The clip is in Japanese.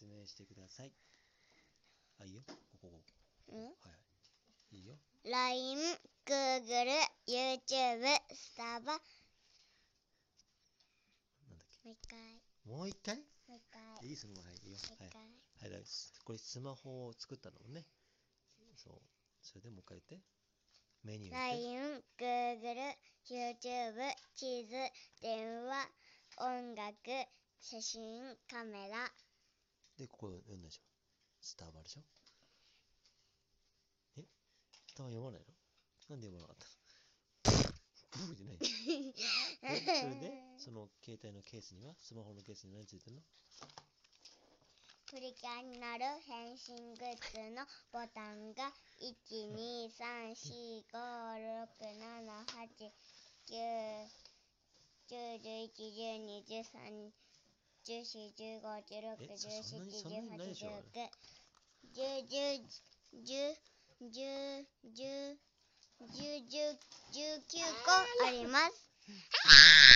説明してください。あ、いいよ。ここ。 うん？ はい。いいよ。 LINE、Google、YouTube、スタバ。 なんだっけ。 もう一回。 もう一回？ もう一回。 いい、そのまま、はい、いいよ。 もう一回。 はい。はい、これスマホを作ったのもね。そう。それでもう一回言って。メニュー言って。 LINE、Google、YouTube、地図、電話、音楽、写真、カメラ。 で、ここ読んだでしょ。スタバでしょ。スタバ読まないの？なんで読まなかったの？覚えてない。それで、その携帯のケースには、スマホのケースに何ついてるの？ プリキュアになる変身グッズのボタンが1、2、3、4、5、6、7、8、9、10、11、12、13、14、15、16、17、18、19、10、10、10、10、10、10、19個あります。